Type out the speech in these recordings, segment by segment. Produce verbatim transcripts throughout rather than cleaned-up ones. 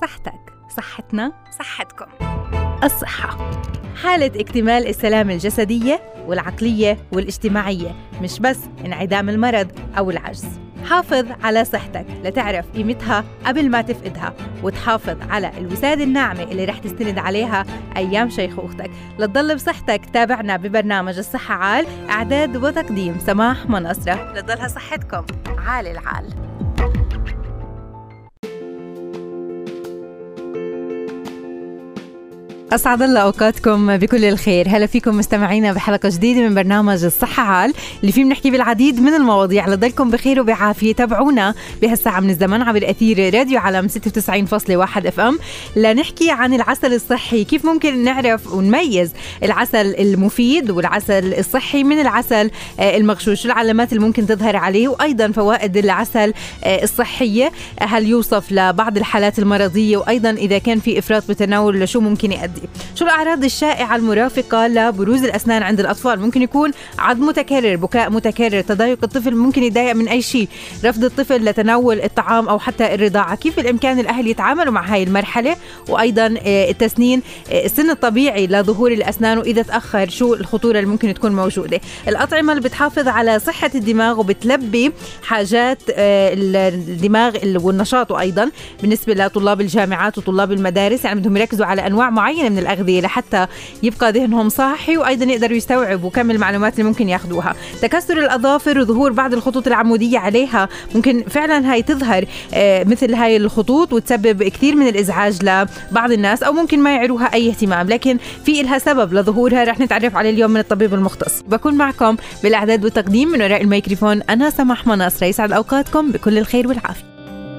صحتك، صحتنا، صحتكم. الصحة حالة اكتمال السلامة الجسدية والعقلية والاجتماعية، مش بس انعدام المرض أو العجز. حافظ على صحتك لتعرف قيمتها قبل ما تفقدها، وتحافظ على الوسادة الناعمة اللي رح تستند عليها أيام شيخوختك. لتضل بصحتك تابعنا ببرنامج الصحة عال، إعداد وتقديم سماح منصرة. لتضلها صحتكم عال العال. أسعد الله أوقاتكم بكل الخير. هلا فيكم مستمعينا بحلقة جديدة من برنامج الصحة عال، اللي فيه بنحكي بالعديد من المواضيع. لضلكم بخير وبعافية. تابعونا بهالساعة من الزمن عبر أثير راديو علم ستة وتسعين فاصلة واحد اف ام لنحكي عن العسل الصحي، كيف ممكن نعرف ونميز العسل المفيد والعسل الصحي من العسل المغشوش، العلامات اللي ممكن تظهر عليه، وأيضا فوائد العسل الصحية، هل يوصف لبعض الحالات المرضية، وأيضا إذا كان في إفراط بتناول شو ممكن يؤدي. شو الأعراض الشائعة المرافقة لبروز الأسنان عند الأطفال؟ ممكن يكون عض متكرر، بكاء متكرر، تضايق الطفل ممكن يتضايق من أي شيء، رفض الطفل لتناول الطعام أو حتى الرضاعة. كيف بالإمكان الأهل يتعاملوا مع هاي المرحلة؟ وأيضا التسنين، السن الطبيعي لظهور الأسنان، وإذا تأخر شو الخطورة اللي ممكن تكون موجودة. الأطعمة اللي بتحافظ على صحة الدماغ وبتلبي حاجات الدماغ والنشاط، وأيضا بالنسبة لطلاب الجامعات وطلاب المدارس يعني بدهم يركزوا على أنواع معينة من الأغذية لحتى يبقى ذهنهم صاحي، وأيضا يقدروا يستوعبوا كم المعلومات اللي ممكن ياخدوها. تكسر الأظافر وظهور بعض الخطوط العمودية عليها، ممكن فعلا هاي تظهر آه مثل هاي الخطوط وتسبب كثير من الإزعاج لبعض الناس، أو ممكن ما يعيروها أي اهتمام، لكن في إلها سبب لظهورها رح نتعرف عليه اليوم من الطبيب المختص. بكون معكم بالإعداد والتقديم من وراء الميكروفون أنا سماح منصرة. يسعد أوقاتكم بكل الخير والعافية.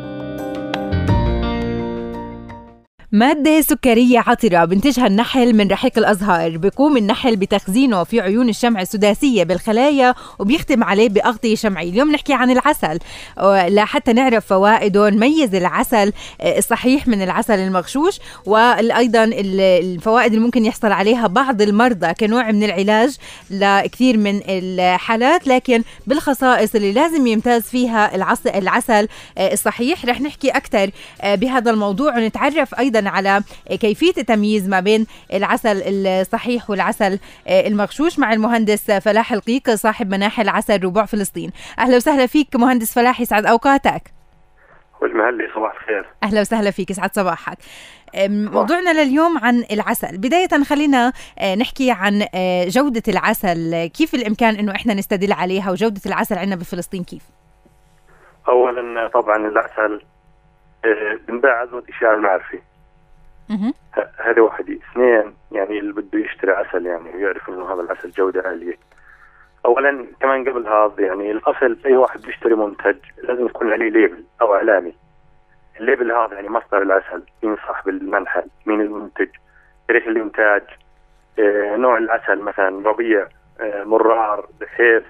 مادة سكرية عطرة بنتجها النحل من رحيق الأزهار. بيقوم النحل بتخزينه في عيون الشمع السداسية بالخلايا، وبيختم عليه بأغطية شمعية. اليوم نحكي عن العسل لحتى نعرف فوائده، نميز العسل الصحيح من العسل المغشوش، وأيضا الفوائد اللي ممكن يحصل عليها بعض المرضى كنوع من العلاج لكثير من الحالات، لكن بالخصائص اللي لازم يمتاز فيها العسل الصحيح. رح نحكي أكثر بهذا الموضوع، ونتعرف أيضا على كيفية التمييز ما بين العسل الصحيح والعسل المغشوش مع المهندس فلاح القيق صاحب مناحل عسل ربوع فلسطين. أهلا وسهلا فيك مهندس فلاح، يسعد أوقاتك. والمهلي صباح الخير. أهلا وسهلا فيك، يسعد صباحك. موضوعنا لليوم عن العسل. بداية خلينا نحكي عن جودة العسل، كيف الإمكان أنه إحنا نستدل عليها، وجودة العسل عندنا بفلسطين كيف؟ أولا طبعا العسل بنباع عزوة إشاعة المعرفي، هذا واحد. اثنين يعني اللي بده يشتري عسل يعني يعرف انه هذا العسل جودة عالية. اولا كمان قبل هذا يعني الاصل اي واحد بيشتري منتج لازم يكون عليه ليبل او علامة. الليبل هذا يعني مصدر العسل، مين صاحب المنحل، مين المنتج، تاريخ الانتاج، اه نوع العسل مثلا ربيع، اه مرار، بحيث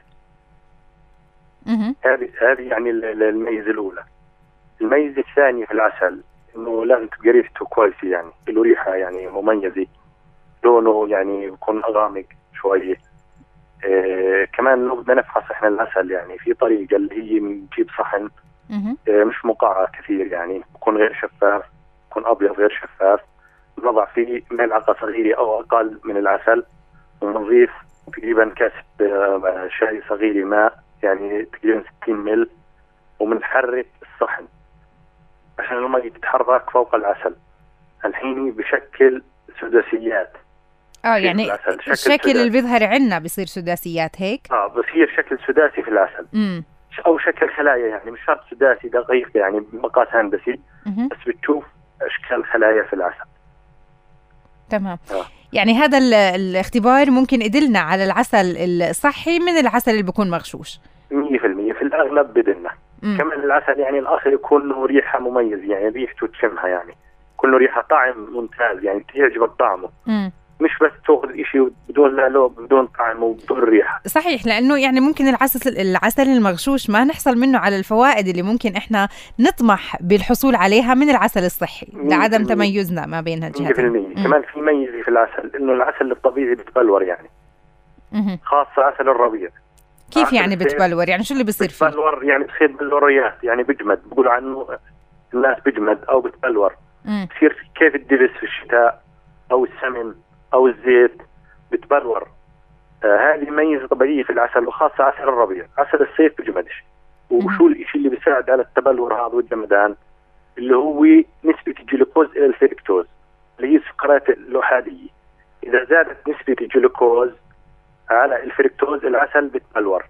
هذه هذه يعني الميزة الاولى. الميزة الثانية في العسل انه لازم تبقى ريحته كويسة، يعني له ريحة يعني مميزة، لونه يعني يكون غامق شوية. إيه كمان لو بدنا نفحص احنا العسل يعني في طريقة اللي هي بنجيب صحن إيه مش مقعر كثير، يعني بكون غير شفاف، بكون ابيض غير شفاف، نضع فيه ملعقة صغيرة او اقل من العسل، ونضيف تقريبا كاسة شاي صغيرة ماء يعني تقريبا ستين مل، ومنحرك الصحن عشان الماء تتحرك فوق العسل. الحين بشكل سداسيات. اه يعني الشكل اللي بيظهر عنا بيصير سداسيات هيك؟ اه بصير شكل سداسي في العسل. امم او شكل خلايا، يعني مش شرط سداسي دقيق يعني بمقاس هندسي، بس بتشوف اشكال خلايا في العسل. تمام. آه. يعني هذا الاختبار ممكن يدلنا على العسل الصحي من العسل اللي بيكون مغشوش مية بالمية في الاغلب بدلنا. مم. كمان العسل يعني الاصل يكون له ريحه مميزه، يعني ريحته تشمها، يعني يكون له ريحه طعم ممتاز، يعني تعجبك طعمه. مم. مش بس تاخذ شيء بدون لا بدون طعم وبدون ريحه. صحيح، لانه يعني ممكن العسل العسل المغشوش ما نحصل منه على الفوائد اللي ممكن احنا نطمح بالحصول عليها من العسل الصحي لعدم تميزنا ما بين هالجهتين. مية بالمية. كمان في ميزه في العسل انه العسل الطبيعي بتبلور، يعني مم. خاصه عسل الربيع. كيف يعني بتبلور؟ يعني شو اللي بيصير فيه؟ بتبلور يعني بتصير بلوريات، يعني بجمد، بيقولوا عنه الناس بجمد او بتبلور. بصير كيف الدبس في الشتاء او السمن او الزيت بتبلور. آه هذه ميزه طبيعيه في العسل، وخاصه عسل الربيع. عسل الصيف بجمدش. وشو الشيء اللي بيساعد على التبلور هذا والجمدان؟ اللي هو نسبه الجلوكوز الى الفركتوز اللي هي السكريات الأحادية. اذا زادت نسبه الجلوكوز على الفركتوز العسل بتبلور.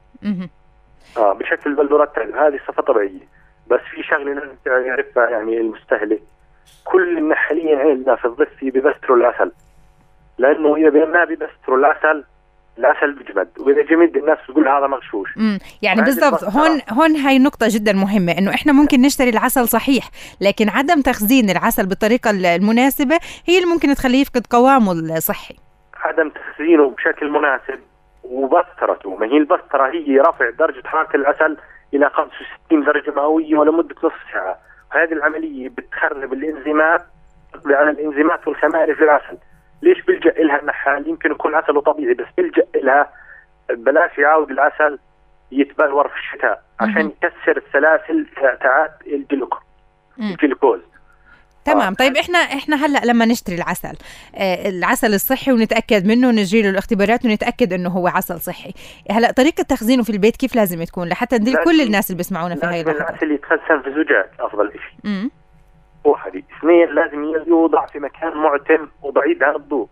اه بشكل بلورات. هذه صفه طبيعيه، بس في شغله لازم يعرفها يعني المستهلك. كل النحالين عندنا في الضفه بيبستروا العسل، لانه اذا ما بيبستروا العسل العسل بجمد، واذا جمد الناس بتقول هذا مغشوش. امم يعني بالضبط. هون هون هاي نقطه جدا مهمه، انه احنا ممكن نشتري العسل صحيح، لكن عدم تخزين العسل بالطريقه المناسبه هي اللي ممكن تخليه يفقد قوامه الصحي. عدم تخزينه بشكل مناسب وبسترته. ما هي البستره هي رفع درجه حراره العسل الى خمسة وستين درجه مئويه ولمده نصف ساعه، وهذه العمليه بتخرب الانزيمات، تقضي على الانزيمات والخمائر في العسل. ليش بيلجأ لها النحال؟ يمكن يكون عسله طبيعي، بس بيلجأ لها بلاش يعاود العسل يتبلور في الشتاء عشان يكسر السلاسل تاعت الجلوكوز. تمام. طيب احنا احنا هلا لما نشتري العسل، آه العسل الصحي ونتاكد منه، نجري له الاختبارات ونتاكد انه هو عسل صحي. هلا طريقه تخزينه في البيت كيف لازم تكون لحتى ندل كل الناس اللي بيسمعونا في هاي اللحظه؟ العسل يتخزن في زجاج افضل شيء. واحد. اثنين، لازم يوضع في مكان معتم وبعيد عن الضوء.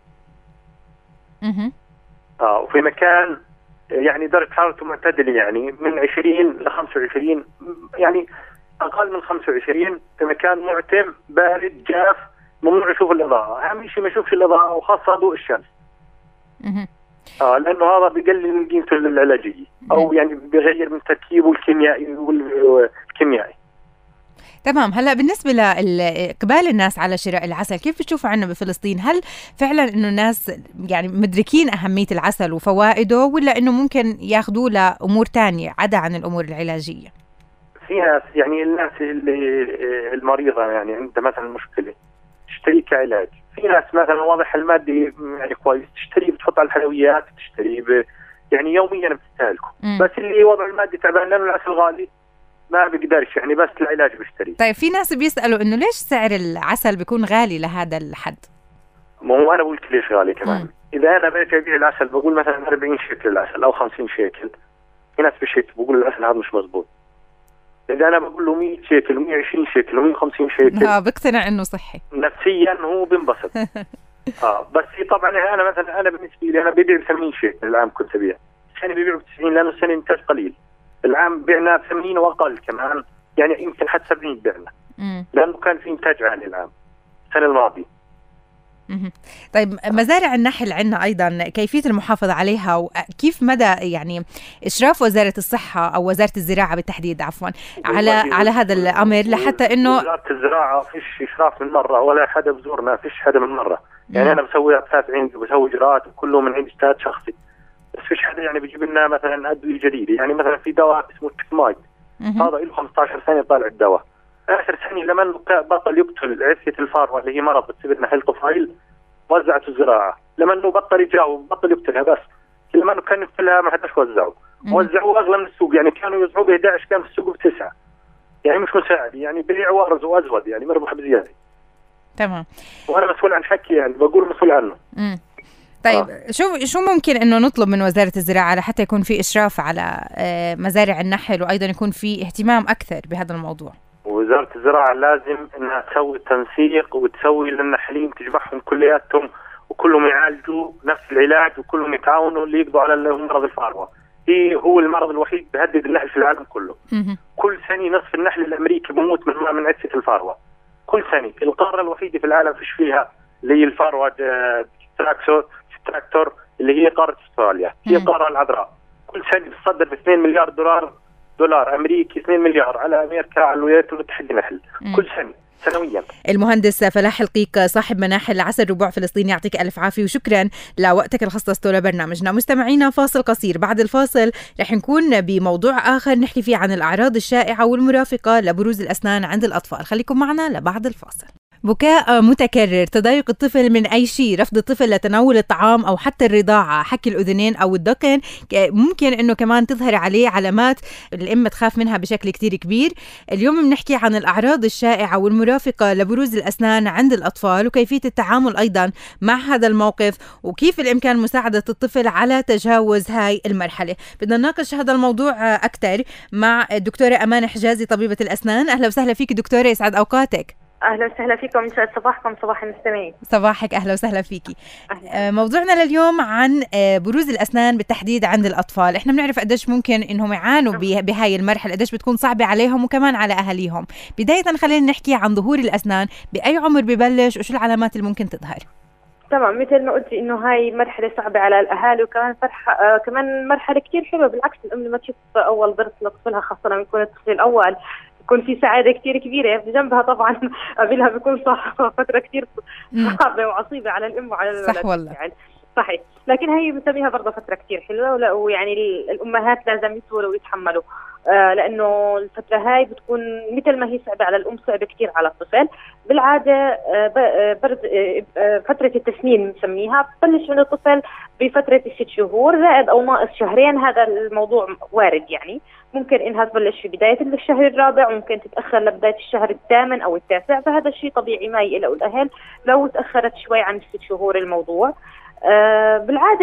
اها اه وفي مكان يعني درجه حرارته معتدله، يعني من عشرين ل خمسة وعشرين، يعني اقل من خمسة وعشرين، في مكان معتم بارد جاف، ممنوع يشوف الاضاءه. اهم شيء ما يشوفش الاضاءه، وخاصه ضوء الشمس. اها اه لانه هذا بقلل من قيمته العلاجيه، او يعني بيغير من تركيبه الكيميائي والكيميائي. تمام. هلا بالنسبه لاقبال الناس على شراء العسل، كيف بتشوفوا عنا بفلسطين؟ هل فعلا انه الناس يعني مدركين اهميه العسل وفوائده، ولا انه ممكن ياخذوه لامور تانية عدا عن الامور العلاجيه؟ في ناس يعني الناس اللي المريضه يعني عندها مثلا مشكله تشتري كعلاج. في ناس مثلا واضح المادي يعني كويس، تشتري بتحط على الحلويات، تشتري يعني يوميا بتستهلكه. بس اللي وضع المادي تعبان لانه العسل غالي ما بيقدرش، يعني بس العلاج بيشتري. طيب في ناس بيسألوا انه ليش سعر العسل بيكون غالي لهذا الحد؟ ما هو انا بقول ليش غالي كمان. م. اذا انا باجي ابيع العسل بقول مثلا أربعين شيكل العسل او خمسين شيكل، في ناس بشيت بقول العسل هذا مش مزبوط. اذا انا بقول له مية شيكل ومية وعشرين شيكل ومية وخمسين شيكل، اه بقتنع انه صحي نفسيا، هو بينبسط. اه بس طبعا انا مثلا انا بالنسبه لي انا ببيع ب ثمانين شيكل العام، كنت ابيع السنه ببيع ب تسعين لانه السنه انتاج قليل. العام بعنا ب ثمانين واقل كمان، يعني يمكن حتى سبعين بعنا، لانه كان في انتاج عالي العام السنه الماضيه. طيب مزارع النحل عندنا ايضا كيفيه المحافظه عليها، وكيف مدى يعني اشراف وزاره الصحه او وزاره الزراعه بالتحديد عفوا على على هذا الامر، لحتى انه وزاره الزراعه فيش اشراف من مره، ولا حدا بزورنا، فيش حدا من مره. يعني مم. انا بسوي ابحاث عندي وبسوي اجراءات وكله من عندي اجتهاد شخصي، بس فيش حدا يعني بيجيب لنا مثلا ادويه جديده. يعني مثلا في دواء اسمه تكمايد، هذا له خمسة عشر سنه طالع الدواء. اخر سنه لما بطل يقتل عفه الفاره اللي هي مرض بتصيب لنا نحل طفيل، وزعت الزراعه. لما انه بطل يجاوب بطل يقتلها، بس لما انه كان يقتلها ما حدش وزعه. وزعوه اغلى من السوق، يعني كانوا يوزعوه ب أحد عشر، كان في السوق بتسعه، يعني مش مساعد، يعني بيع وارز وازود، يعني مربح بزياده. تمام. وانا مسؤول عن حكي، يعني بقول مسؤول عنه. امم طيب آه. شو شو ممكن انه نطلب من وزاره الزراعه لحتى يكون في اشراف على مزارع النحل، وايضا يكون في اهتمام اكثر بهذا الموضوع؟ وزاره الزراعه لازم انها تسوي تنسيق وتسوي للنحلين، تجمعهم كلياتهم وكلهم يعالجوا نفس العلاج، وكلهم يتعاونوا اللي يقضوا على مرض الفاروه. هي هو المرض الوحيد بيهدد النحل في العالم كله. م- كل سنه نصف النحل الامريكي بموت من من عدسه الفاروه. كل سنه. القاره الوحيده في العالم فيش فيها اللي هي الفاروه تراكتور تراكتور اللي هي قاره استراليا، هي القاره العذراء. كل سنه بتصدر ب اثنين مليار دولار دولار امريكي، اثنين مليار على امريكا، على الولايات المتحده نحل كل سنه سنويا. المهندس فلاح القيق صاحب مناحل عسل ربوع فلسطين، يعطيك الف عافيه، وشكرا لوقتك اللي خصصته لبرنامجنا. مستمعينا فاصل قصير، بعد الفاصل رح نكون بموضوع اخر نحكي فيه عن الاعراض الشائعه والمرافقه لبروز الاسنان عند الاطفال. خليكم معنا لبعد الفاصل. بكاء متكرر، تضايق الطفل من أي شيء، رفض الطفل لتناول الطعام أو حتى الرضاعة، حكي الأذنين أو الدقن، ممكن أنه كمان تظهر عليه علامات الأم تخاف منها بشكل كتير كبير. اليوم بنحكي عن الأعراض الشائعة والمرافقة لبروز الأسنان عند الأطفال وكيفية التعامل أيضا مع هذا الموقف وكيف الإمكان مساعدة الطفل على تجاوز هاي المرحلة. بدنا نناقش هذا الموضوع أكثر مع الدكتورة أمان حجازي طبيبة الأسنان. أهلا وسهلا فيك دكتورة، يسعد أوقاتك. أهلا وسهلا فيكم، يسعد صباحكم، صباح المستمعين. صباحك، أهلا وسهلا فيكي. أهلا. موضوعنا لليوم عن بروز الأسنان بالتحديد عند الأطفال. إحنا بنعرف قديش ممكن إنهم يعانوا بهاي المرحلة، قديش بتكون صعبة عليهم وكمان على أهاليهم. بداية خلينا نحكي عن ظهور الأسنان، بأي عمر ببلش وشو العلامات اللي ممكن تظهر؟ تمام، مثل ما قلتي انه هاي مرحله صعبه على الاهالي وكمان فرحه آه كمان مرحله كثير حلوه. بالعكس الام لما تشوف اول ضرس لطفلها، خاصه لما يكون الطفل الاول، بيكون في سعاده كثير كبيره. بجنبها طبعا قبلها بيكون صح فتره كثير صعبه وعصيبه على الام وعلى الولد. صح والله. يعني صحيح، لكن هي بنسميها برضه فتره كثير حلوه، ويعني الامهات لازم يصبروا ويتحملوا، آه لانه الفتره هاي بتكون مثل ما هي صعبه على الام صعبه كثير على الطفل. بالعاده آه برد آه فتره التسنين بنسميها ببلش من الطفل بفتره الست شهور زائد او ناقص شهرين. هذا الموضوع وارد، يعني ممكن انها تبلش في بدايه الشهر الرابع وممكن تتاخر لبدايه الشهر الثامن او التاسع، فهذا الشيء طبيعي ما يقلقوا الاهل لو تاخرت شوي عن الست شهور الموضوع. آه بالعاده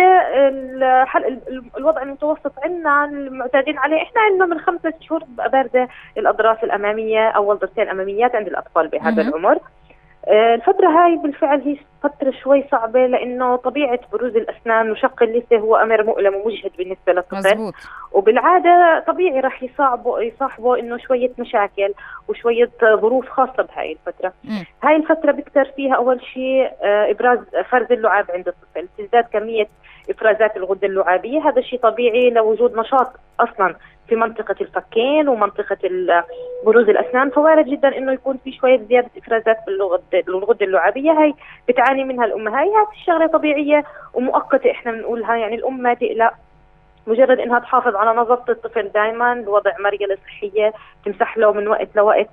الحل الوضع المتوسط عندنا المعتادين عليه، احنا عندنا من خمسة شهور بتبقى بارده الاضراس الاماميه او الضرسين الاماميات عند الاطفال بهذا العمر. آه الفتره هاي بالفعل هي فتره شوي صعبه، لانه طبيعه بروز الاسنان وشق اللثه هو امر مؤلم ومجهد بالنسبه للطفل. مزبوط. وبالعاده طبيعي راح يصاحبه يصاحبه انه شويه مشاكل وشويه ظروف خاصه بهاي الفتره. م. هاي الفتره بيكثر فيها اول شيء آه ابراز فرز اللعاب عند الطفل، تزداد كميه افرازات الغده اللعابيه. هذا الشيء طبيعي لوجود نشاط اصلا في منطقه الفكين ومنطقه بروز الاسنان، فوارد جدا انه يكون في شويه زياده افرازات بالغده اللعابيه. هاي بتعاني منها الام. هاي هاي الشغله طبيعيه ومؤقته احنا بنقولها، يعني الام ما تقلق، مجرد انها تحافظ على نظافه الطفل دائما بوضع مريله صحيه، تمسح له من وقت لوقت،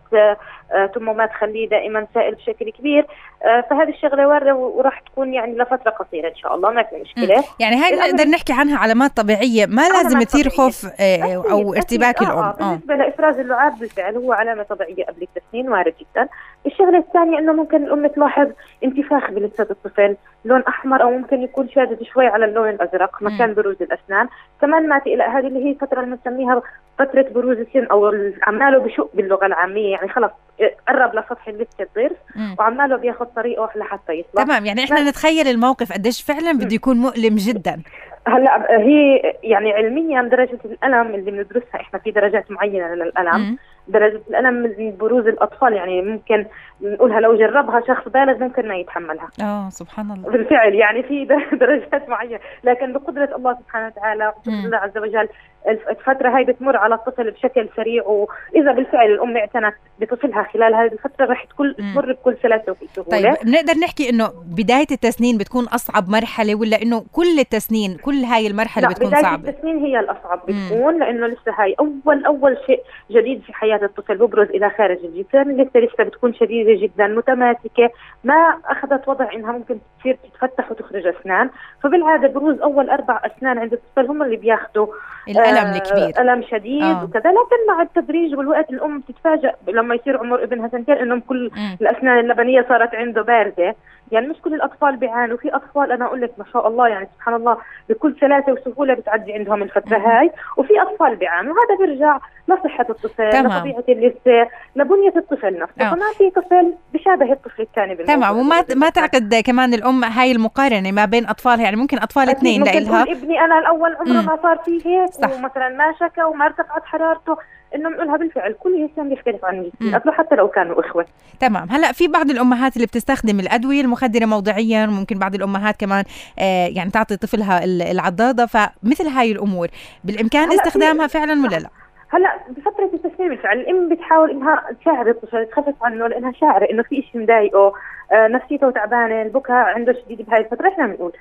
ثم ما تخليه دائما سائل بشكل كبير. فهذه الشغله وارده وراح تكون يعني لفتره قصيره ان شاء الله، ما في مشكله. م. يعني هاي نقدر نحكي عنها علامات طبيعيه، ما لازم تثير خوف اه او ارتباك الام. اه بالنسبه لافراز اللعاب بالفعل هو علامه طبيعيه قبل التسنين، وارد جدا. الشغله الثانيه انه ممكن الام تلاحظ انتفاخ بلثه الطفل، لون احمر او ممكن يكون شادد شوي على اللون الازرق مكان بروز الاسنان. كمان ما تقلق، هذه اللي هي الفتره اللي بنسميها فتره بروز السن او عماله بشق باللغه العاميه، يعني خلص قرب لسطح اللثه الضرس وعماله بياخذ طريقه لحتى يطلع. تمام، يعني احنا نتخيل الموقف قديش فعلا بده يكون مؤلم جدا. هلا هي يعني علميا درجه الالم اللي بندرسها احنا في درجات معينه للالم. م. درجه الالم من بروز الاطفال يعني ممكن نقولها لو جربها شخص بالغ ممكن ما يتحملها. اه سبحان الله. بالفعل يعني في درجات معينه، لكن بقدره الله سبحانه وتعالى وبقدره الله عز وجل الفتره هاي بتمر على الطفل بشكل سريع، واذا بالفعل الام اعتنت بطفلها خلال هذه الفتره رح تكون تمر بكل سلاسه وفي سهوله. طيب بنقدر نحكي انه بدايه التسنين بتكون اصعب مرحله، ولا انه كل التسنين كل هاي المرحله بتكون بداية صعبه؟ بدايه التسنين هي الاصعب بتكون، لانه لسه هاي اول اول شيء جديد في حياه الطفل ببرز الى خارج الجسم. لسه لسه بتكون شديده جدا متماسكه، ما اخذت وضع انها ممكن تصير تتفتح وتخرج اسنان. فبالعاده بروز اول اربع اسنان عند الطفل هم اللي بياخذوا الالم آه الكبير، الم شديد آه. وكذا. لكن مع التدريج والوقت الام تتفاجئ لما يصير عمر ابنها سنتين انه كل م. الاسنان اللبنيه صارت عنده بارده. يعني مش كل الاطفال بيعانوا، في اطفال انا اقول لك ما شاء الله يعني سبحان الله بكل سلاسه وسهوله بتعدي عندهم الفتره م. هاي، وفي اطفال بيعانوا. هذا بيرجع لصحه الطفل، لطبيعه اللثه، لبنيه الطفل نفسه. آه. فما في طفل بشابه الطفل الثاني بالموضوع. تمام، وما ما تعقد كمان الام هاي المقارنه ما بين اطفالها، يعني ممكن اطفال اثنين لإلها ابني انا الاول عمره ما صار فيه هيك ومثلا ما شكى وما ارتفعت حرارته، انه بنقولها بالفعل كل انسان بيختلف عن الجنسين حتى لو كانوا اخوه. تمام. هلا في بعض الامهات اللي بتستخدم الادويه المخدره موضعيا، ممكن بعض الامهات كمان آه يعني تعطي طفلها العضاضه، فمثل هاي الامور بالامكان استخدامها فعلا ولا لا؟ هلا بفتره التسنين بالفعل الام بتحاول انها تساعد الطفل تخفف عنه، لانها شاعره انه في شيء مضايقه، آه نفسيته تعبانه، البكاء عنده شديد بهاي الفتره. احنا بنقول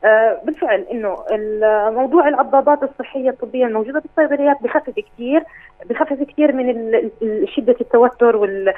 آه بالفعل انه موضوع العضادات الصحيه الطبيه الموجوده بالصيدليات بخفف كثير بخفف كثير من شده التوتر وال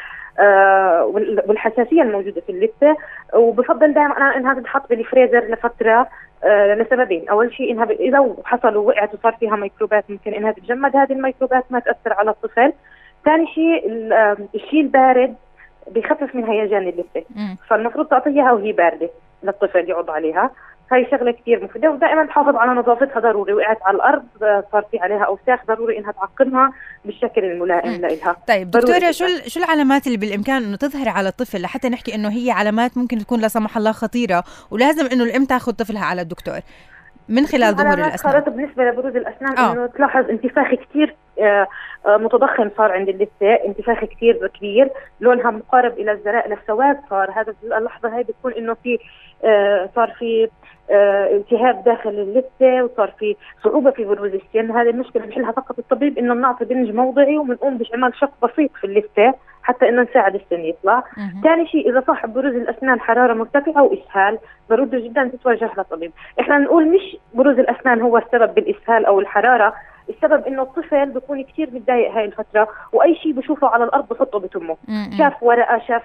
آه والحساسيه الموجوده في اللثه، وبفضل دائما انها تتحط بالفريزر لفتره آه لسببين. اول شيء انها اذا حصل ووقعت وصار فيها ميكروبات ممكن انها تتجمد هذه الميكروبات ما تاثر على الطفل. ثاني شيء الشيء البارد بخفف من هيجان اللثه، فالمفروض تعطيها وهي بارده للطفل يعض عليها. هاي شغله كثير مفيده، ودائما تحافظ على نظافتها ضروري. وقعت على الارض صار في عليها اوساخ ضروري انها تعقمها بالشكل الملائم لها. طيب دكتوره، شو شو العلامات اللي بالامكان انه تظهر على الطفل لحتى نحكي انه هي علامات ممكن تكون لا سمح الله خطيره ولازم انه الام تاخذ طفلها على الدكتور من خلال ظهور الاسنان؟ بالنسبه لبروز الاسنان آه. انه تلاحظ انتفاخ كثير آه متضخم صار عند اللثه، انتفاخ كثير كبير، لونها مقارب الى الزرق للسواد صار. هذا اللحظه هاي بتكون انه في آه صار في آه التهاب داخل اللثه وصار في صعوبه في بروز السن. هذه المشكله بحلها فقط الطبيب، انه بنعطي بنج موضعي وبنقوم بعمل شق بسيط في اللثه حتى انه نساعد السن يطلع. ثاني شيء اذا صاحب بروز الاسنان حراره مرتفعه واسهال ضروري جدا تتوجه للطبيب. احنا نقول مش بروز الاسنان هو السبب بالاسهال او الحراره، السبب انه الطفل بيكون كثير متضايق هاي الفتره، واي شيء بشوفه على الارض بحطه بتمه. شاف ورقه، شاف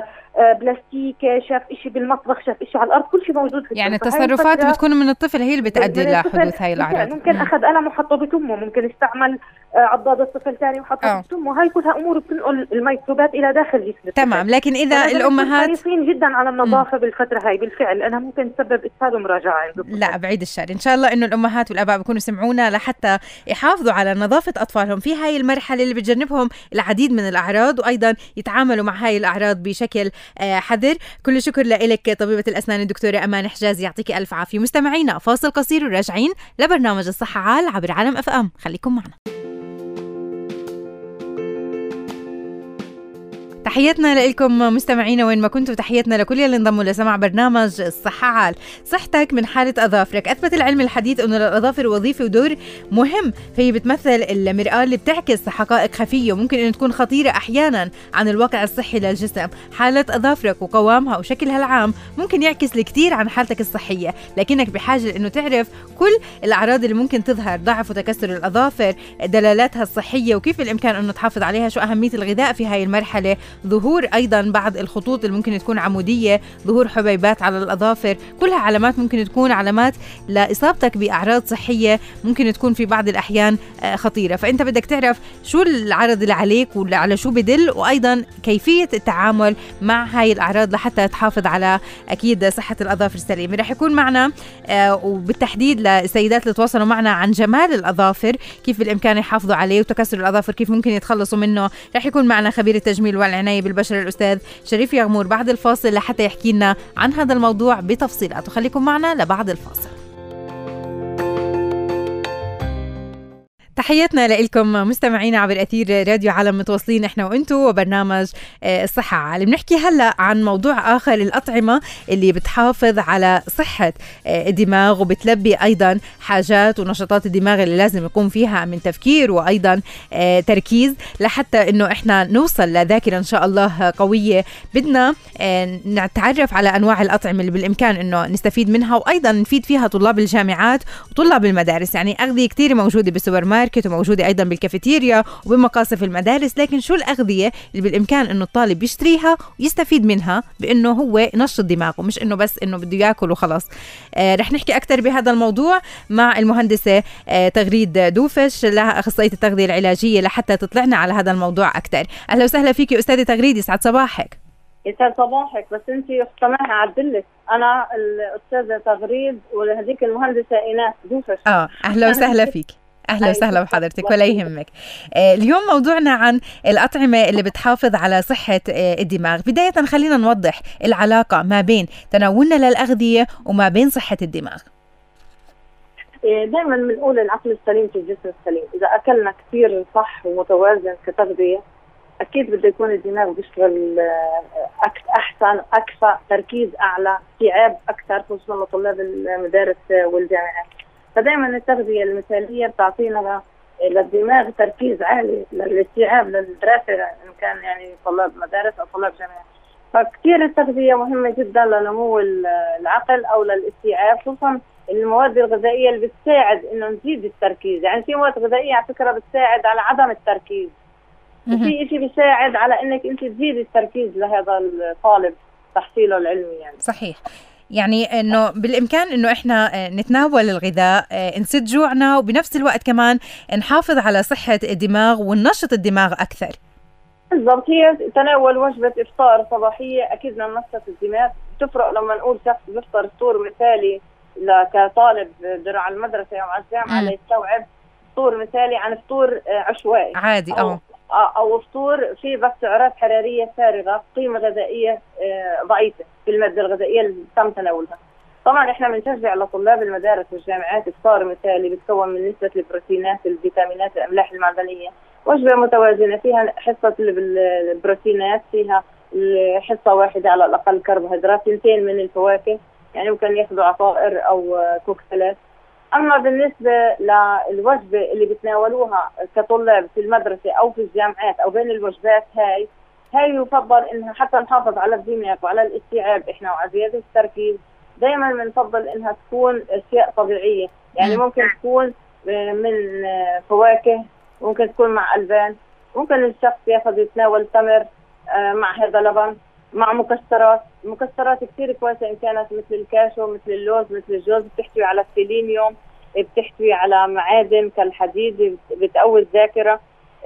بلاستيك، شاف شيء بالمطبخ، شاف شيء على الارض، كل شيء موجود في يعني التصرفات بتكون من الطفل هي اللي بتؤدي لحدوث هاي الاعراض. ممكن اخذ قلم وحطه بتمه، ممكن استعمل عضاده طفل ثاني وحطه بتمه. هاي كلها امور بتنقل الميكروبات الى داخل جسم الطفل. تمام، لكن اذا الامهات حريصين جدا على النظافه مم. بالفتره هاي بالفعل انها ممكن تسبب اسهال ومراجعه عند الطفل. لا بعيد الشر، ان شاء الله انه الامهات والاباء بيكونوا يسمعونا لحتى يحافظوا على نظافه اطفالهم في هاي المرحله اللي بتجنبهم العديد من الاعراض، وايضا يتعاملوا مع هاي الاعراض بشكل حذر. كل الشكر لك طبيبه الاسنان الدكتوره امان حجازي، يعطيك الف عافيه. مستمعينا فاصل قصير وراجعين لبرنامج الصحه عال عبر عالم اف ام، خليكم معنا. تحياتنا لكم مستمعينا وين ما كنتوا، تحياتنا لكل اللي انضموا لسماع برنامج الصحة عال. صحتك من حالة أظافرك. أثبت العلم الحديث أنه للأظافر وظيفة ودور مهم، فهي بتمثل المرآة اللي بتعكس حقائق خفية وممكن أن تكون خطيرة أحيانا عن الواقع الصحي للجسم. حالة أظافرك وقوامها وشكلها العام ممكن يعكس الكثير عن حالتك الصحية، لكنك بحاجة أنه تعرف كل الأعراض اللي ممكن تظهر، ضعف وتكسر الأظافر، دلالاتها الصحية وكيف الإمكان أنه تحافظ عليها، شو أهمية الغذاء في هاي المرحلة، ظهور أيضا بعض الخطوط اللي ممكن تكون عمودية، ظهور حبيبات على الأظافر، كلها علامات ممكن تكون علامات لإصابتك بأعراض صحية ممكن تكون في بعض الأحيان خطيرة. فأنت بدك تعرف شو العرض اللي عليك وعلى شو بدل، وأيضا كيفية التعامل مع هاي الأعراض لحتى تحافظ على أكيد صحة الأظافر السليمة. رح يكون معنا وبالتحديد للسيدات اللي تواصلوا معنا عن جمال الأظافر، كيف بالإمكان يحافظوا عليه، وتكسر الأظافر كيف ممكن يتخلصوا منه. رح يكون معنا خبير التجميل والعناية بالبشرة الأستاذ شريف يغمور بعد الفاصل لحتى يحكي لنا عن هذا الموضوع بتفصيلات، وخليكم معنا لبعد الفاصل. تحياتنا لكم مستمعينا عبر أثير راديو عالم، متواصلين احنا وانتو وبرنامج الصحة عال. بنحكي هلا عن موضوع آخر، الأطعمة اللي بتحافظ على صحة الدماغ وبتلبي أيضا حاجات ونشاطات الدماغ اللي لازم يقوم فيها من تفكير وأيضا تركيز لحتى انه احنا نوصل لذاكرة ان شاء الله قوية. بدنا نتعرف على أنواع الأطعمة اللي بالإمكان انه نستفيد منها وأيضا نفيد فيها طلاب الجامعات وطلاب المدارس. يعني أغذية كتير موجودة بالسوبر ماركت وموجودة أيضا بالكافيتيريا وبمقاصف المدارس، لكن شو الأغذية اللي بالإمكان إنه الطالب يشتريها ويستفيد منها بإنه هو ينشط دماغه، مش إنه بس إنه بده يأكل وخلاص. آه رح نحكي أكتر بهذا الموضوع مع المهندسة آه تغريد دوفش، لها أخصائية التغذية العلاجية، لحتى تطلعنا على هذا الموضوع أكتر. أهلا وسهلا فيكي أستاذة تغريد، يسعد صباحك. يسعد صباحك، بس أنت سامعها عدلك، أنا الأستاذة تغريد وهذيك المهندسة إيناس دوفش. آه أهلا وسهلا فيك. أهلا وسهلا بحضرتك ولا يهمك. اليوم موضوعنا عن الأطعمة اللي بتحافظ على صحة الدماغ. بداية خلينا نوضح العلاقة ما بين تناولنا للأغذية وما بين صحة الدماغ. دائما بنقول العقل السليم في الجسم السليم. إذا أكلنا كثير صح ومتوازن كتغذية أكيد بده يكون الدماغ بيشتغل أحسن، أكفأ، تركيز أعلى، استيعاب أكثر، خصوصا لطلاب المدارس والجامعات. فدائما التغذية المثالية بتعطينا للدماغ تركيز عالي، للاستيعاب، للدراسة إن كان يعني طلاب مدارس أو طلاب جامعة. فكتير التغذية مهمة جدا لنمو العقل أو للاستيعاب، خصوصا المواد الغذائية اللي بتساعد إنه نزيد التركيز. يعني في مواد غذائية على فكرة بتساعد على عدم التركيز، وفي إشي بيساعد على إنك أنت تزيد التركيز لهذا الطالب تحصيله العلمي. يعني صحيح، يعني انه بالامكان انه احنا نتناول الغذاء نسد جوعنا، وبنفس الوقت كمان نحافظ على صحة الدماغ وننشط الدماغ اكثر. بالضبط، هي تناول وجبة افطار صباحية اكيد لننشط الدماغ. بتفرق لما نقول شخص بيفطر فطور مثالي كطالب درع على المدرسة او على الجامعة ليستوعب فطور مثالي عن فطور عشوائي عادي اه او فطور فيه بس سعرات حرارية فارغة، قيمة غذائية ضعيفة في المادة الغذائية اللي تم تناولها. طبعا احنا بنشجع لطلاب المدارس والجامعات افطار مثالي بتكون من نسبة البروتينات، الفيتامينات، الاملاح المعدنية، وجبة متوازنة فيها حصة البروتينات، فيها حصة واحدة على الأقل كربوهيدرات، اثنتين من الفواكه، يعني ممكن ياخذوا عصائر أو كوكتيلات. أما بالنسبة للوجبة اللي بتناولوها كطلاب في المدرسة أو في الجامعات أو بين الوجبات، هاي هاي يفضل إنها حتى نحافظ على الدماغ وعلى الاستيعاب إحنا وعلى زيادة التركيز، دائما بنفضل إنها تكون أشياء طبيعية. يعني ممكن تكون من فواكه، ممكن تكون مع ألبان، ممكن الشخص ياخذ يتناول تمر مع هذا لبن مع مكسرات. المكسرات كثير كويسة إن كانت مثل الكاشو، مثل اللوز، مثل الجوز، بتحتوي على السيلينيوم، بتحتوي على معادن كالحديد، بتقوي الذاكرة،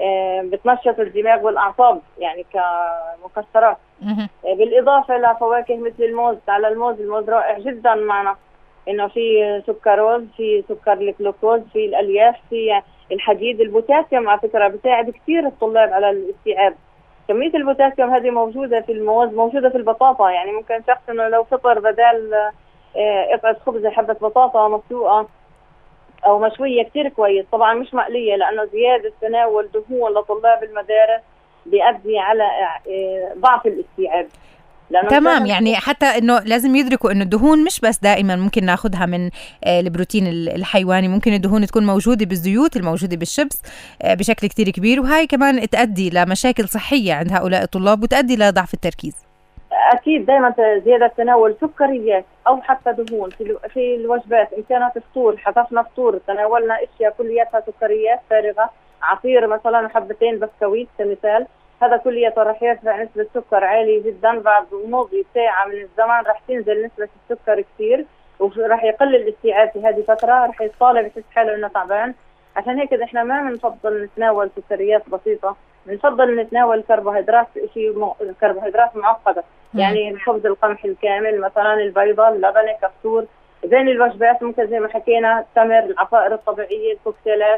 بتنشط الدماغ والأعصاب يعني كمكسرات. بالإضافة لفواكه مثل الموز. على الموز، الموز رائع جدا معنا، إنه في سكروز، في سكر الجلوكوز، في الألياف، في الحديد، البوتاسيوم على فكرة بتساعد كثير الطلاب على الاستيعاب. كمية البوتاسيوم هذه موجودة في الموز، موجودة في البطاطا. يعني ممكن شخص إنه لو فطر بدل قطعة خبزة حبة بطاطا مسلوقة أو مشوية كثير كويس، طبعا مش مقلية، لأنه زيادة تناول دهون لطلاب المدارس بيؤدي على ضعف الاستيعاب. تمام، يعني حتى انه لازم يدركوا انه الدهون مش بس دائما ممكن ناخذها من البروتين الحيواني، ممكن الدهون تكون موجوده بالزيوت الموجوده بالشيبس بشكل كتير كبير، وهي كمان تؤدي لمشاكل صحيه عند هؤلاء الطلاب وتؤدي لضعف التركيز. اكيد دائما زياده تناول سكريات او حتى دهون في في الوجبات، ان كانت فطور، حذفنا فطور تناولنا اشياء كلياتها سكريات فارغه، عصير مثلا حبتين بسكويت كمثال، هذا كلياته رح يرفع نسبة السكر عالي جدا. بعد مضي ساعة من الزمن رح تنزل نسبة السكر كثير، ورح يقل الاستيعاب في هذه الفترة، رح الطالب يحس حاله انه تعبان. عشان هيك احنا ما بنفضل نتناول سكريات بسيطة، بنفضل نتناول كربوهيدرات، شيء م... كربوهيدرات معقدة، يعني خبز القمح الكامل مثلا، البيضة، اللبن، كفطور. بين الوجبات ممكن زي ما حكينا التمر، العصائر الطبيعية، الكوكتيلات،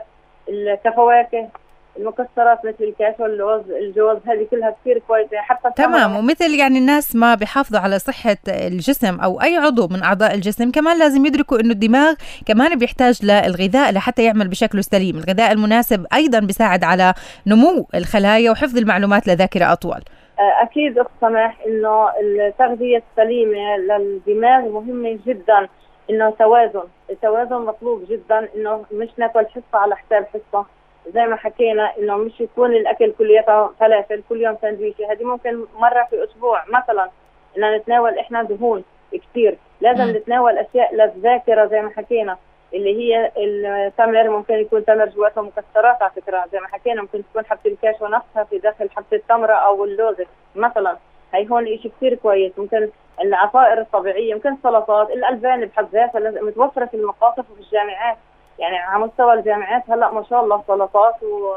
كفواكه، المكسرات مثل الكاشو، اللوز، الجوز، هذه كلها كثير كويسة. حتى تمام، ومثل يعني الناس ما بيحافظوا على صحة الجسم أو أي عضو من أعضاء الجسم، كمان لازم يدركوا إنه الدماغ كمان بيحتاج للغذاء لحتى يعمل بشكله سليم. الغذاء المناسب أيضا بيساعد على نمو الخلايا وحفظ المعلومات لذاكرة أطول. أكيد أخت سماح، إنه التغذية السليمة للدماغ مهمة جدا، إنه توازن، التوازن مطلوب جدا، إنه مش ناكل حصة على حساب حصة. زي ما حكينا انه مش يكون الاكل كلياته فلافل كل يوم ساندويشه، هذه ممكن مره في اسبوع مثلا ان نتناول احنا دهون كثير. لازم م. نتناول اشياء للذاكره زي ما حكينا، اللي هي التمر، ممكن يكون تمر جواته مكسرات على فكره زي ما حكينا، ممكن تكون حبه الكاشو نفسها في داخل حبه التمره او اللوزه مثلا، هي هون شيء كثير كويس. ممكن العصائر الطبيعيه، ممكن السلطات، الالبان بحد ذاتها لازم متوفره في المقاصف وفي الجامعات. يعني على مستوى الجامعات هلا ما شاء الله سلطات و...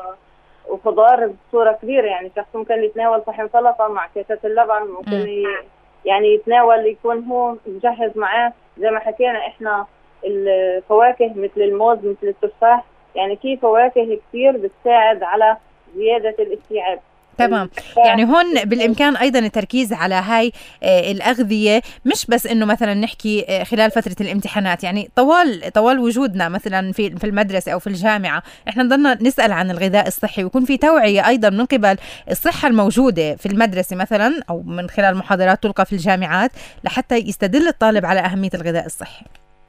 وخضار بصوره كبيره، يعني شخص ممكن يتناول صحن سلطه مع كاسه اللبن، ممكن ي... يعني يتناول يكون هو مجهز معاه زي ما حكينا احنا الفواكه مثل الموز، مثل التفاح، يعني في فواكه كثير بتساعد على زياده الاستيعاب. تمام، يعني هون بالإمكان أيضا التركيز على هاي الأغذية، مش بس إنه مثلا نحكي خلال فترة الامتحانات، يعني طوال طوال وجودنا مثلا في في المدرسة أو في الجامعة إحنا نضلنا نسأل عن الغذاء الصحي، ويكون في توعية أيضا من قبل الصحة الموجودة في المدرسة مثلا أو من خلال محاضرات تلقى في الجامعات لحتى يستدل الطالب على أهمية الغذاء الصحي.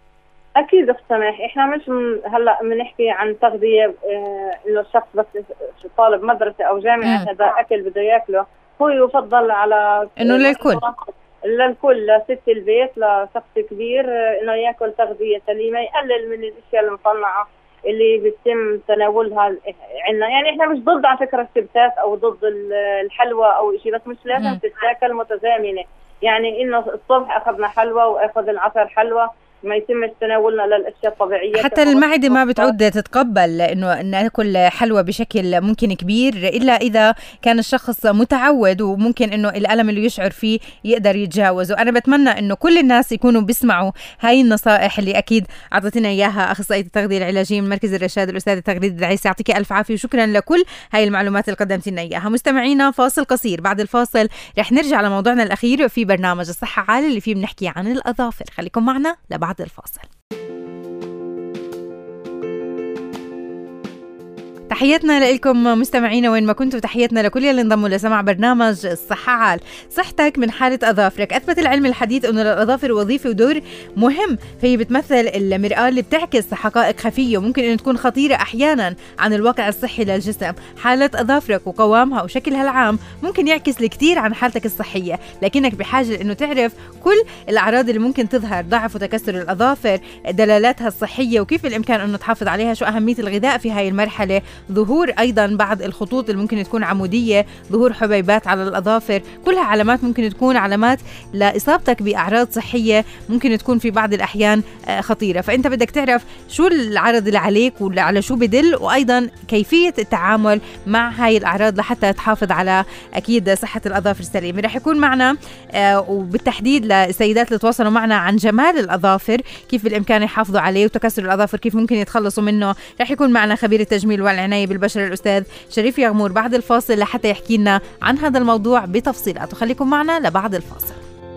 اكيد اخت سماح، احنا مش من هلا بنحكي عن تغذيه اه انه الشخص بس طالب مدرسه او جامعه هذا اكل بده ياكله، هو يفضل على انه للكل للكل لست البيت لشخص كبير انه ياكل تغذيه سليمه، يقلل من الاشياء المصنعه اللي بيتم تناولها عندنا. يعني احنا مش ضد على فكره الشيبسات او ضد الحلوى او شيء، بس مش لازم تتاكل متزامنه. يعني انه الصبح اخذنا حلوى واخذ العصر حلوى، ما يتمش تناولنا للاشياء الطبيعيه، حتى المعده ما بتعود تتقبل انه ناكل حلوى بشكل ممكن كبير الا اذا كان الشخص متعود، وممكن انه الالم اللي يشعر فيه يقدر يتجاوزه. انا بتمنى انه كل الناس يكونوا بيسمعوا هاي النصائح اللي اكيد اعطتنا اياها اخصائيه التغذيه العلاجيه من مركز الرشاد الاستاذه تغريده العيسى. يعطيك الف عافيه وشكرا لكل هاي المعلومات اللي قدمتي لنا اياها. مستمعينا فاصل قصير، بعد الفاصل رح نرجع لموضوعنا الاخير في برنامج الصحه عال اللي فيه بنحكي عن الاظافر. خليكم معنا لبعد بعد الفاصل. تحياتنا لكم مستمعينا وين ما كنتوا، تحياتنا لكل اللي انضموا لسماع برنامج الصحة عال. صحتك من حالة أظافرك. أثبت العلم الحديث أنه للأظافر وظيفة ودور مهم، فهي بتمثل المرآة اللي بتعكس حقائق خفية وممكن أن تكون خطيرة أحيانا عن الواقع الصحي للجسم. حالة أظافرك وقوامها وشكلها العام ممكن يعكس الكثير عن حالتك الصحية، لكنك بحاجة لأنه تعرف كل الأعراض اللي ممكن تظهر، ضعف وتكسر الأظافر، دلالاتها الصحية وكيف الإمكان أنه تحافظ عليها، شو أهمية الغذاء في هاي المرحلة، ظهور أيضا بعض الخطوط اللي ممكن تكون عمودية، ظهور حبيبات على الأظافر، كلها علامات ممكن تكون علامات لإصابتك بأعراض صحية ممكن تكون في بعض الأحيان خطيرة. فأنت بدك تعرف شو العرض اللي عليك وعلى شو بدل، وأيضا كيفية التعامل مع هاي الأعراض لحتى تحافظ على أكيد صحة الأظافر السليمة. رح يكون معنا وبالتحديد للسيدات اللي تواصلوا معنا عن جمال الأظافر، كيف بالإمكان يحافظوا عليه، وتكسر الأظافر كيف ممكن يتخلصوا منه. رح يكون معنا خبير التجميل والعناية بالبشرة الأستاذ شريف يغمور بعد الفاصل لحتى يحكي لنا عن هذا الموضوع بتفصيلاته. خليكم معنا لبعد الفاصل.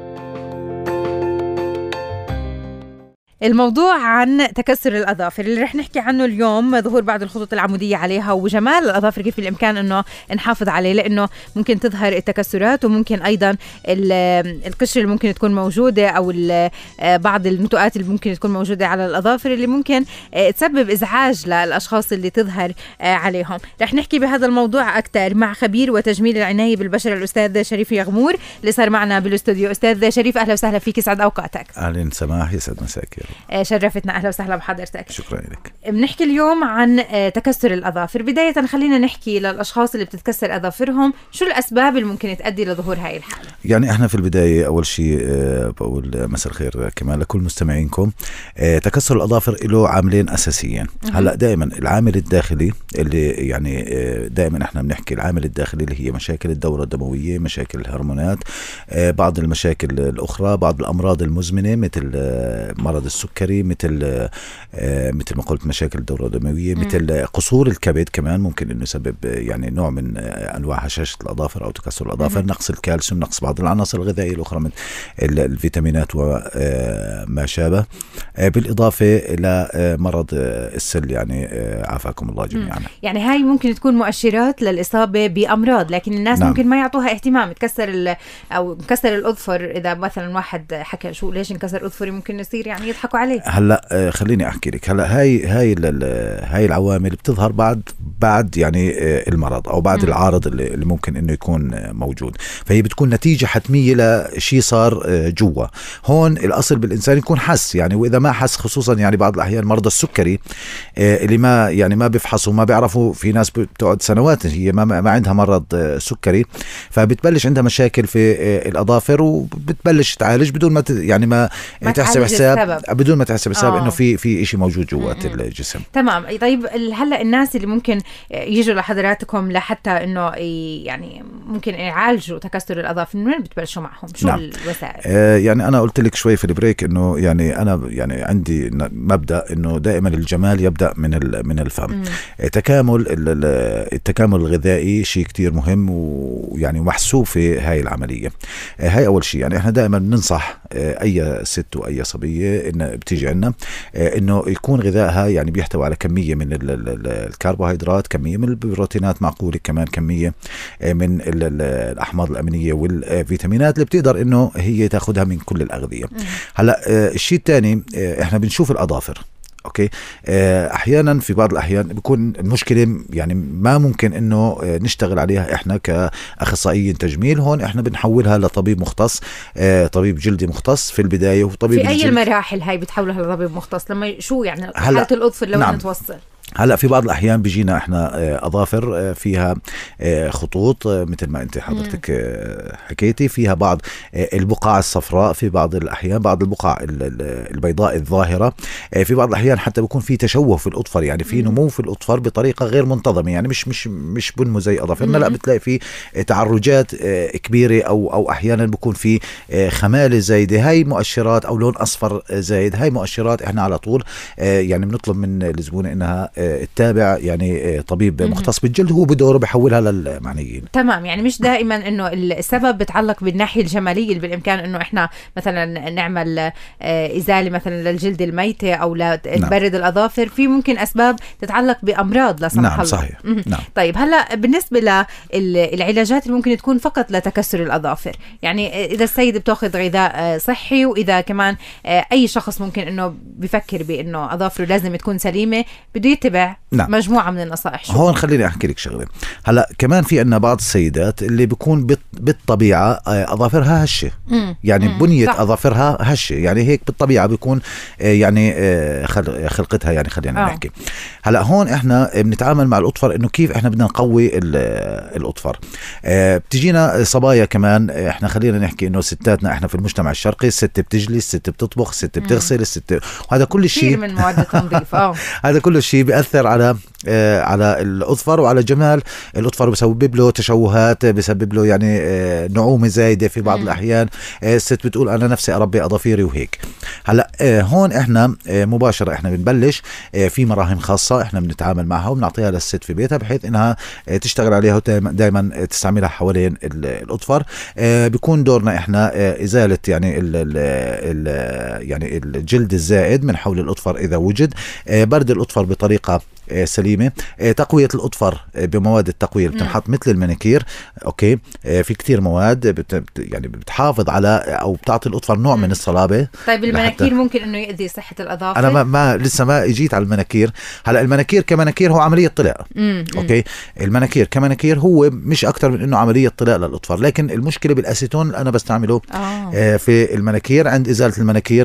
الموضوع عن تكسر الأظافر اللي رح نحكي عنه اليوم، ظهور بعض الخطوط العمودية عليها وجمال الأظافر كيف بالإمكان أنه نحافظ عليه، لأنه ممكن تظهر التكسرات وممكن أيضا القشرة اللي ممكن تكون موجودة أو بعض النتوءات اللي ممكن تكون موجودة على الأظافر اللي ممكن تسبب إزعاج للأشخاص اللي تظهر عليهم. رح نحكي بهذا الموضوع أكثر مع خبير وتجميل العناية بالبشرة الأستاذ شريف يغمور اللي صار معنا بالاستوديو. أستاذ شريف أهلا وسهلا فيك، يسعد أوقاتك. أهلا سماح، يسعد مساك. شرفتنا، أهلا وسهلا بحضرتك. شكرا لك. بنحكي اليوم عن تكسر الأظافر. بداية خلينا نحكي للأشخاص اللي بتتكسر أظافرهم شو الأسباب اللي ممكن تؤدي لظهور هاي الحالة. يعني احنا في البداية أول شيء بقول مساء الخير كمان لكل مستمعينكم. تكسر الأظافر له عاملين أساسيين. هلا دائما العامل الداخلي اللي يعني دائما احنا بنحكي العامل الداخلي اللي هي مشاكل الدورة الدموية، مشاكل الهرمونات، بعض المشاكل الأخرى، بعض الأمراض المزمنة مثل مرض السكري، مثل مثل ما قلت مشاكل الدورة الدموية، مثل قصور الكبد كمان ممكن انه يسبب يعني نوع من انواع هشاشة الاظافر او تكسر الاظافر، نقص الكالسيوم، نقص بعض العناصر الغذائية الاخرى من الفيتامينات وما شابه، بالاضافة الى مرض السل يعني عافاكم الله جميعا. يعني هاي ممكن تكون مؤشرات للإصابة بأمراض، لكن الناس نعم. ممكن ما يعطوها اهتمام. تكسر او انكسر الاظفر، اذا مثلا واحد حكى شو ليش انكسر اظفري ممكن يصير يعني يضحكوا عليه. هلا خليني احكي لك. هلا هاي هاي هاي العوامل بتظهر بعد بعد يعني المرض او بعد م. العارض اللي, اللي ممكن انه يكون موجود، فهي بتكون نتيجه حتميه لشيء صار جوا. هون الاصل بالانسان يكون حس يعني، واذا ما حس خصوصا يعني بعض الاحيان مرضى السكري اللي ما يعني ما بيفحصوا ما بيعرفوا، في ناس بتقعد سنوات هي ما, ما عندها مرض سكري، فبتبلش عندها مشاكل في الاظافر وبتبلش تعالج بدون ما يعني ما, ما تحسب حساب بدون ما تحسب حساب انه في في شيء موجود جوات الجسم. تمام. طيب هلا الناس اللي ممكن يجوا لحضراتكم لحتى انه يعني ممكن يعالجوا تكسر الاظافر، من وين بتبلشوا معهم؟ شو نعم. الوسائل؟ آه يعني انا قلت لك شوي في البريك انه يعني انا يعني عندي مبدا انه دائما الجمال يبدا من من الفم. آه تكامل التكامل الغذائي شيء كتير مهم ويعني محسوب في هاي العمليه. آه هاي اول شيء. يعني احنا دائما بننصح آه اي ست واي صبيه ان بتيجي عندنا آه انه يكون غذائها يعني بيحتوي على كميه من الكربوهيدرات، كميه من البروتينات معقوله، كمان كميه آه من الاحماض الامينيه والفيتامينات اللي بتقدر انه هي تاخذها من كل الاغذيه. هلا آه الشيء الثاني آه احنا بنشوف الاظافر اوكي. احيانا في بعض الاحيان بيكون المشكله يعني ما ممكن انه نشتغل عليها احنا كاخصائيين تجميل، هون احنا بنحولها لطبيب مختص، طبيب جلدي مختص في البدايه. وطبيب في اي المراحل هاي بتحولها لطبيب مختص لما شو يعني حاله الاظفر لو نعم. نتوصل هلا في بعض الاحيان بيجينا احنا اظافر فيها خطوط مثل ما انت حضرتك حكيتي، فيها بعض البقع الصفراء في بعض الاحيان، بعض البقع البيضاء الظاهره في بعض الاحيان، حتى بيكون في تشوه في الاظفر، يعني في نمو في الاظفر بطريقه غير منتظمه، يعني مش مش مش بنمو زي اظافرنا، لا بتلاقي في تعرجات كبيره او او احيانا بيكون في خماله زايده، هاي مؤشرات، او لون اصفر زايد، هاي مؤشرات احنا على طول يعني بنطلب من الزبونه انها تتابع يعني طبيب مختص بالجلد، هو بدوره بحولها للمعنيين. تمام، يعني مش دائما انه السبب بتعلق بالناحيه الجماليه اللي بالامكان انه احنا مثلا نعمل ازاله مثلا للجلد الميته او لبرد نعم. الاظافر، في ممكن اسباب تتعلق بامراض لا سمح الله. نعم صحيح. نعم. طيب هلا بالنسبه للعلاجات اللي ممكن تكون فقط لتكسر الاظافر، يعني اذا السيد بتاخذ غذاء صحي، واذا كمان اي شخص ممكن انه بفكر بانه اظافره لازم تكون سليمه، بده يتبع نعم. مجموعة من النصائح. شو هون خليني أحكي لك شغلة. هلأ كمان في عنا بعض السيدات اللي بيكون بالطبيعة أظافرها هشة، مم. يعني مم. بنية صح. أظافرها هشة، يعني هيك بالطبيعة بيكون يعني خلقتها، يعني خلينا أوه. نحكي. هلأ هون إحنا بنتعامل مع الأطفر إنه كيف إحنا بدنا نقوي الأطفر. بتجينا صبايا كمان، إحنا خلينا نحكي إنه ستاتنا إحنا في المجتمع الشرقي، الست بتجلس، الست بتطبخ، الست بتغسل، الست، وهذا كل شيء من مواد التنظيف. اه هذا كل شيء بيأثر على آه على الأظفر وعلى جمال الأظفر، بسبب له تشوهات، بسبب له يعني آه نعومة زايدة في بعض م. الأحيان. آه الست بتقول أنا نفسي أربي أظافيري وهيك. هلأ آه هون إحنا آه مباشرة إحنا بنبلش آه في مراهم خاصة إحنا بنتعامل معها وبنعطيها للست في بيتها، بحيث إنها آه تشتغل عليها دائما تستعملها حوالين الأظفر. آه بيكون دورنا إحنا آه إزالة يعني ال ال ال يعني الجلد الزائد من حول الأظفر إذا وجد، آه برد الأظفر بطريقة سليمة، تقوية الأظفر بمواد التقوية اللي بتنحط مثل المانيكير. أوكي، في كتير مواد بت يعني بتحافظ على أو بتعطي الأظفر نوع مم. من الصلابة. طيب المانيكير ممكن إنه يؤذي صحة الأظافر؟ أنا ما, ما لسه ما اجيت على المانيكير. هلا المانيكير كمانيكير هو عملية طلاء. مم. أوكي، المانيكير كمانيكير هو مش أكتر من إنه عملية طلاء للأظفر، لكن المشكلة بالأسيتون اللي أنا بستعمله آه. في المانيكير عند إزالة المانيكير.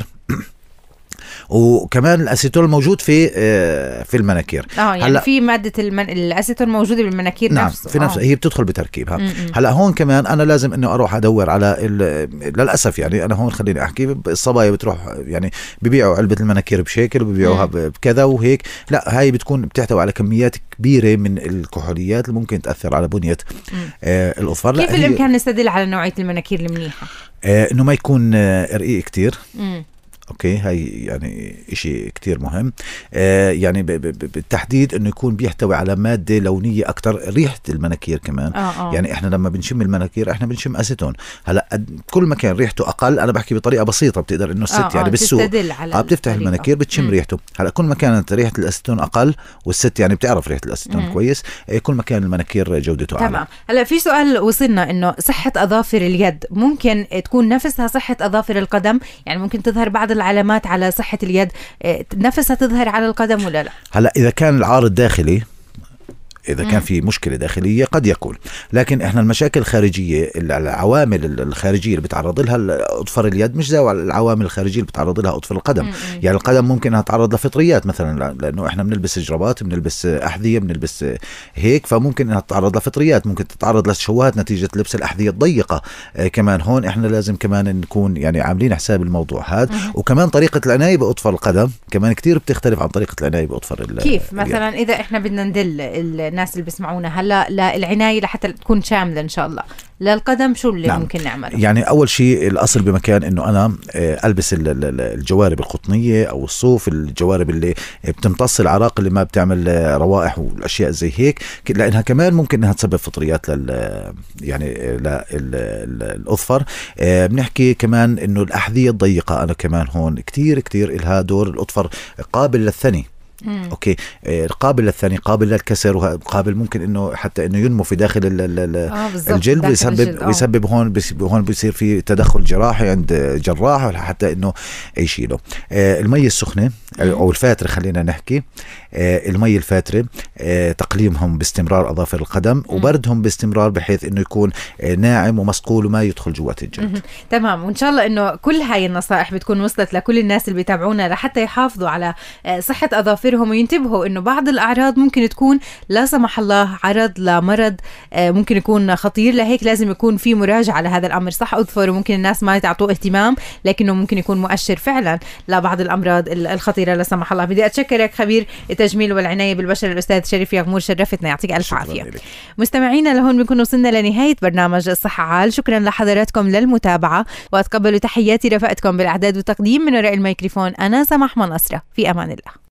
وكمان الاسيتون موجود في في المناكير. اه يعني هلا في ماده المن... الاسيتون موجوده بالمناكير نعم نفسه. في نفس آه. هي بتدخل بتركيبها. هلا هون كمان انا لازم انه اروح ادور على ال... للاسف يعني انا هون خليني احكي، الصبايا بتروح يعني ببيعوا علبه المناكير بشكل وببيعوها بكذا وهيك، لا هاي بتكون بتحتوي على كميات كبيره من الكحوليات اللي ممكن تاثر على بنيه آه الاظفر. كيف الامكان نستدل على نوعيه المناكير المنيحه؟ آه انه ما يكون آه رقيق كتير. مم. اوكي، هاي يعني اشي كتير مهم. آه يعني بالتحديد انه يكون بيحتوي على مادة لونية اكتر. ريحة المناكير كمان آه آه. يعني احنا لما بنشم المناكير احنا بنشم اسيتون. هلا كل ما كان ريحته اقل، انا بحكي بطريقة بسيطة بتقدر انه الست آه يعني آه بالسوق آه بتفتح المناكير بتشم م. ريحته. هلا كل ما كانت ريحة الاسيتون اقل والست يعني بتعرف ريحة الاسيتون م. كويس، آه كل ما كان المناكير جودته اعلى. تمام. هلا في سؤال وصلنا انه صحة اظافر اليد ممكن تكون نفسها صحة اظافر القدم، يعني ممكن تظهر بعض العلامات على صحة اليد نفسها تظهر على القدم ولا لا؟ هلا إذا كان العارض داخلي، إذا كان في مشكلة داخلية قد يكون، لكن إحنا المشاكل الخارجية، العوامل الخارجية اللي بتعرض لها أظفر اليد مش زي العوامل الخارجية اللي بتعرض لها أظفر القدم. م- م. يعني القدم ممكن أنها تتعرض لفطريات مثلا، لأنه إحنا بنلبس جرابات، بنلبس أحذية، بنلبس هيك، فممكن أنها تتعرض لفطريات، ممكن تتعرض لتشوهات نتيجة لبس الأحذية الضيقة. آه كمان هون إحنا لازم كمان نكون يعني عاملين حساب الموضوع هذا. وكمان طريقة العناية بأظفر القدم كمان كتير بتختلف عن طريقة العناية بأظفر اليد. كيف مثلا إذا إحنا بدنا ندل الناس اللي بسمعونا هلا للعناية لحتى تكون شاملة إن شاء الله للقدم، شو اللي نعم. ممكن نعمله؟ يعني أول شيء الأصل بمكان إنه أنا ألبس الجوارب القطنية أو الصوف، الجوارب اللي بتمتص العراق اللي ما بتعمل روائح والأشياء زي هيك، لأنها كمان ممكن إنها تسبب فطريات لل يعني للأظفر. بنحكي كمان إنه الأحذية الضيقة أنا كمان هون كتير كتير إلها دور. الأظفر قابل للثني، مم. اوكي آه قابل للثاني، قابل للكسر، وقابل ممكن انه حتى انه ينمو في داخل ال ال آه الجلد ويسبب ويسبب هون هون بيصير في تدخل جراحي عند جراح حتى انه يشيله. آه المي السخنه او الفاتره، خلينا نحكي آه المي الفاتره آه تقليمهم باستمرار اظافر القدم وبردهم باستمرار بحيث انه يكون آه ناعم ومصقول وما يدخل جوات الجلد. تمام، وان شاء الله انه كل هاي النصائح بتكون وصلت لكل الناس اللي بيتابعونا لحتى يحافظوا على آه صحه اظافرهم، وينتبهوا انه بعض الاعراض ممكن تكون لا سمح الله عرض لمرض آه ممكن يكون خطير، لهيك لازم يكون في مراجعه على هذا الامر. صح اظفر وممكن الناس ما تعطوه اهتمام، لكنه ممكن يكون مؤشر فعلا لبعض الامراض الخطيره لا سمح الله. بدي اتشكرك خبير التجميل والعنايه بالبشره الاستاذ شريف يغمور، شرفتنا، يعطيك الف عافيه. مستمعينا لهون بنكون وصلنا لنهايه برنامج الصحه عال. شكرا لحضراتكم للمتابعه، واتقبلوا تحياتي رفقتكم بالاعداد والتقديم من وراء الميكروفون انا سماح منصره. في امان الله.